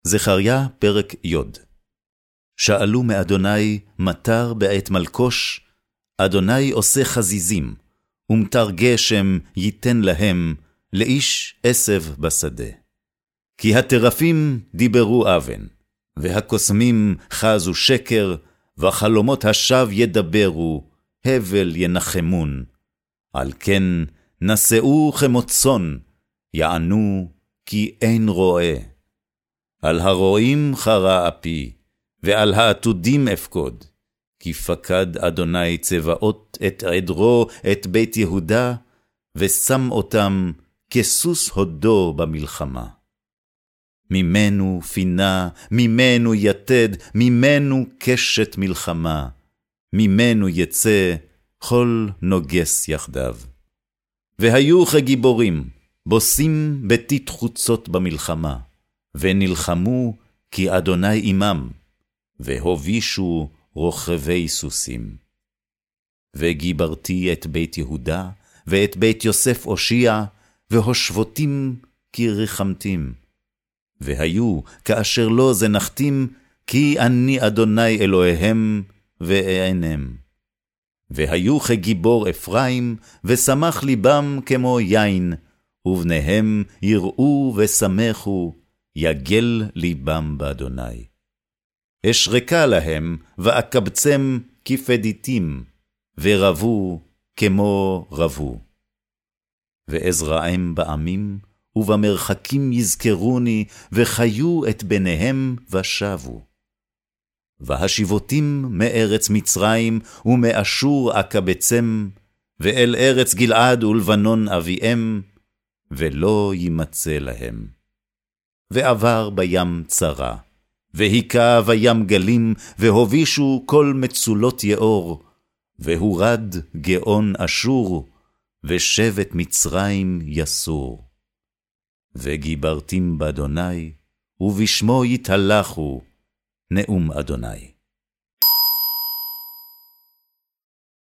זכריה פרק י. שאלו מאדוני מטר בעת מלקוש, אדוני עושה חזיזים, ומטר גשם ייתן להם, לאיש עשב בשדה. כי הטרפים דיברו אבן, והקוסמים חזו שקר, וחלומות השווא ידברו, הבל ינחמון. על כן נשאו כמוצון, יענו כי אין רואה. על הרועים חרה אפי, ועל העתודים אפקוד, כי פקד אדוני צבאות את עדרו, את בית יהודה, ושם אותם כסוס הודו במלחמה. ממנו פינה, ממנו יתד, ממנו קשת מלחמה, ממנו יצא כל נוגס יחדיו. והיו כגיבורים, בוסים בתית חוצות במלחמה, ונלחמו כי אדוני עמם, והובישו רוכבי סוסים. וגיברתי את בית יהודה, ואת בית יוסף אושיע, והושבותים כי רחמתים. והיו כאשר לא זנחתים, כי אני אדוני אלוהיהם, ואענם. והיו כגיבור אפרים, ושמח ליבם כמו יין, ובניהם יראו ושמחו, יגל ליבם באדוני. אשרקה להם, ואקבצם כפדיתים, ורבו כמו רבו. ואזרעם בעמים, ובמרחקים יזכרוני, וחיו את בניהם ושבו. והשיבותים מארץ מצרים, ומאשור אקבצם, ואל ארץ גלעד ולבנון אביהם, ולא יימצא להם. ועבר בים צרה, והיכה בים גלים, והובישו כל מצולות יאור, והורד גאון אשור, ושבט מצרים יסור. וגיברתים באדוני, ובשמו יתהלכו, נאום אדוני.